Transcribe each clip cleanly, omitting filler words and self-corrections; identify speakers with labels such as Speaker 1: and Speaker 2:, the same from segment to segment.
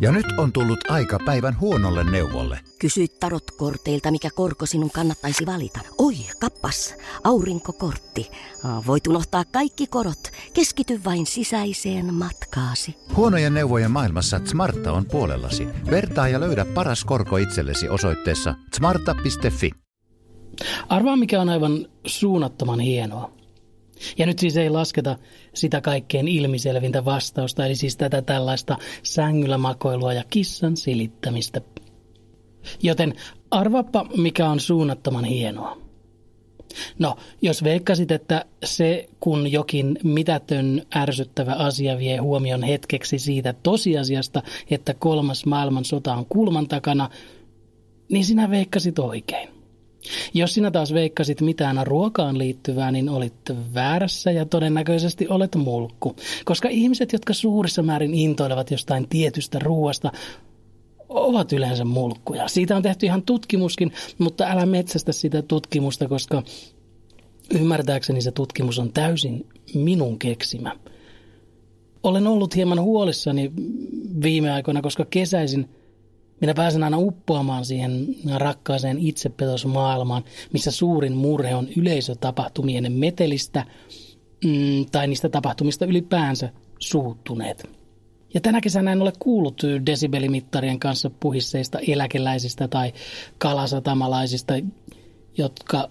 Speaker 1: Ja nyt on tullut aika päivän huonolle neuvolle.
Speaker 2: Kysy tarotkorteilta, mikä korko sinun kannattaisi valita. Oi, kappas, aurinkokortti. Voit unohtaa kaikki korot. Keskity vain sisäiseen matkaasi.
Speaker 1: Huonojen neuvojen maailmassa Smarta on puolellasi. Vertaa ja löydä paras korko itsellesi osoitteessa smarta.fi.
Speaker 3: Arvaa, mikä on aivan suunnattoman hienoa. Ja nyt siis ei lasketa sitä kaikkein ilmiselvintä vastausta, eli siis tätä tällaista sängyllä makoilua ja kissan silittämistä. Joten arvaappa, mikä on suunnattoman hienoa. No, jos veikkasit, että se, kun jokin mitätön ärsyttävä asia vie huomion hetkeksi siitä tosiasiasta, että 3. maailmansota on kulman takana, niin sinä veikkasit oikein. Jos sinä taas veikkasit mitään ruokaan liittyvää, niin olit väärässä ja todennäköisesti olet mulkku. Koska ihmiset, jotka suurissa määrin intoilevat jostain tietystä ruoasta, ovat yleensä mulkkuja. Siitä on tehty ihan tutkimuskin, mutta älä metsästä sitä tutkimusta, koska ymmärtääkseni se tutkimus on täysin minun keksimä. Olen ollut hieman huolissani viime aikoina, koska kesäisin minä pääsen aina uppoamaan siihen rakkaaseen itsepetosmaailmaan, missä suurin murhe on yleisötapahtumien metelistä tai niistä tapahtumista ylipäänsä suuttuneet. Ja tänä kesänä en ole kuullut desibelimittarien kanssa puhisseista eläkeläisistä tai kalasatamalaisista, jotka,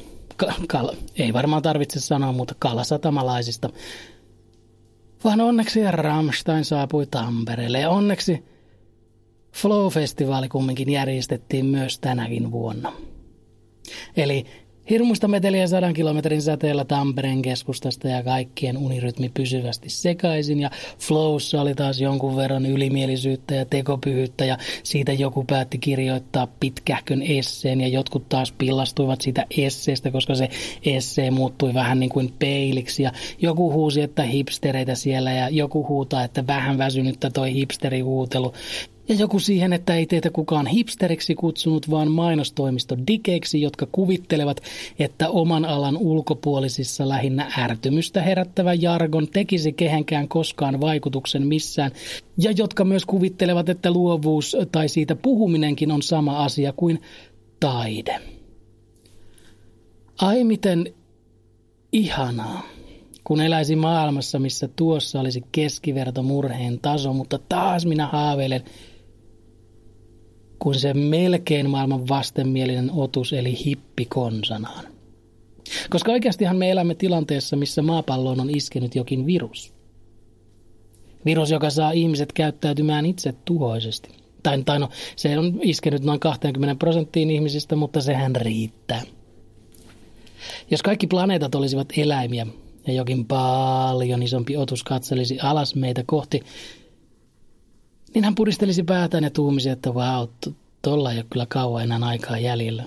Speaker 3: ei varmaan tarvitse sanoa muuta kalasatamalaisista, vaan onneksi Rammstein saapui Tampereelle ja onneksi Flow-festivaali kumminkin järjestettiin myös tänäkin vuonna. Eli hirmuista meteliä 100 kilometrin säteellä Tampereen keskustasta ja kaikkien unirytmi pysyvästi sekaisin. Ja Flowssa oli taas jonkun verran ylimielisyyttä ja tekopyhyyttä ja siitä joku päätti kirjoittaa pitkähkön esseen ja jotkut taas pillastuivat siitä esseestä, koska se essee muuttui vähän niin kuin peiliksi. Ja joku huusi, että hipstereitä siellä ja joku huutaa, että vähän väsynyttä toi hipsterihuutelu. Ja joku siihen, että ei teitä kukaan hipsteriksi kutsunut, vaan mainostoimisto dikeiksi, jotka kuvittelevat, että oman alan ulkopuolisissa lähinnä ärtymystä herättävä jargon tekisi kehenkään koskaan vaikutuksen missään. Ja jotka myös kuvittelevat, että luovuus tai siitä puhuminenkin on sama asia kuin taide. Ai miten ihanaa, kun eläisi maailmassa, missä tuossa olisi keskivertomurheen taso, mutta taas minä haaveilen, kun se melkein maailman vastenmielinen otus eli hippi konsanaan. Koska oikeastihan me elämme tilanteessa, missä maapalloon on iskenyt jokin virus. Virus, joka saa ihmiset käyttäytymään itse tuhoisesti. Se on iskenyt noin 20% ihmisistä, mutta sehän riittää. Jos kaikki planeetat olisivat eläimiä ja jokin paljon isompi otus katselisi alas meitä kohti, niin hän puristelisi päätään ja tuumisi, että vau, tolla ei ole kyllä kauan enää aikaa jäljellä.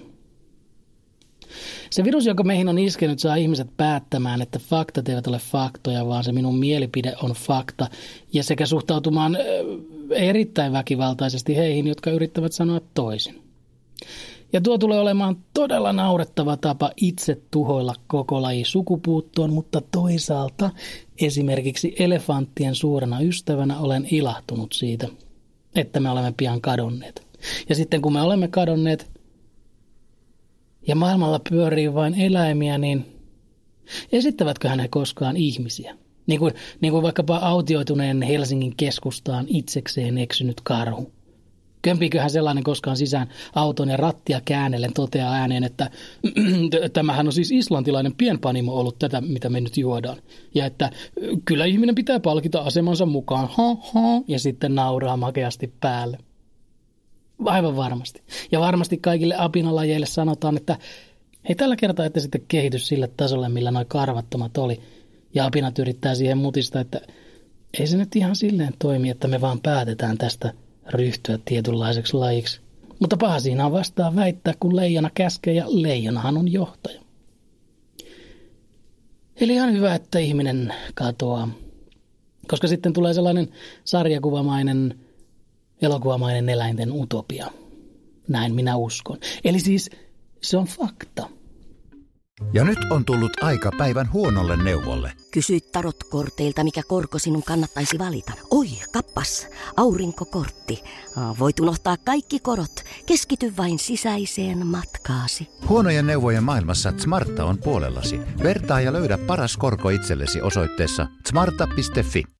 Speaker 3: Se virus, joka meihin on iskenyt, saa ihmiset päättämään, että faktat eivät ole faktoja, vaan se minun mielipide on fakta. Ja sekä suhtautumaan erittäin väkivaltaisesti heihin, jotka yrittävät sanoa toisin. Ja tuo tulee olemaan todella naurettava tapa itse tuhoilla koko laji sukupuuttoon, mutta toisaalta esimerkiksi elefanttien suurena ystävänä olen ilahtunut siitä, että me olemme pian kadonneet. Ja sitten kun me olemme kadonneet ja maailmalla pyörii vain eläimiä, niin esittävätköhän he koskaan ihmisiä? Niin kuin vaikkapa autioituneen Helsingin keskustaan itsekseen eksynyt karhu. Kömpiiköhän sellainen koskaan sisään auton ja rattia käännellen toteaa ääneen, että tämähän on siis islantilainen pienpanimo ollut tätä, mitä me nyt juodaan. Ja että kyllä ihminen pitää palkita asemansa mukaan, ja sitten nauraa makeasti päälle. Aivan varmasti. Ja varmasti kaikille apinalajeille sanotaan, että hei, tällä kertaa ette sitten kehity sille tasolle, millä noi karvattomat oli. Ja apinat yrittää siihen mutista, että ei se nyt ihan silleen toimi, että me vaan päätetään tästä ryhtyä tietynlaiseksi lajiksi. Mutta paha siinä on vastaan väittää, kun leijona käskee ja leijonahan on johtaja. Eli ihan hyvä, että ihminen katoaa. Koska sitten tulee sellainen sarjakuvamainen, elokuvamainen eläinten utopia. Näin minä uskon. Eli siis se on fakta.
Speaker 1: Ja nyt on tullut aika päivän huonolle neuvolle.
Speaker 2: Kysy tarotkorteilta, mikä korko sinun kannattaisi valita. Oi, kappas, aurinkokortti. Voit unohtaa kaikki korot. Keskity vain sisäiseen matkaasi.
Speaker 1: Huonojen neuvojen maailmassa Smarta on puolellasi. Vertaa ja löydä paras korko itsellesi osoitteessa smarta.fi.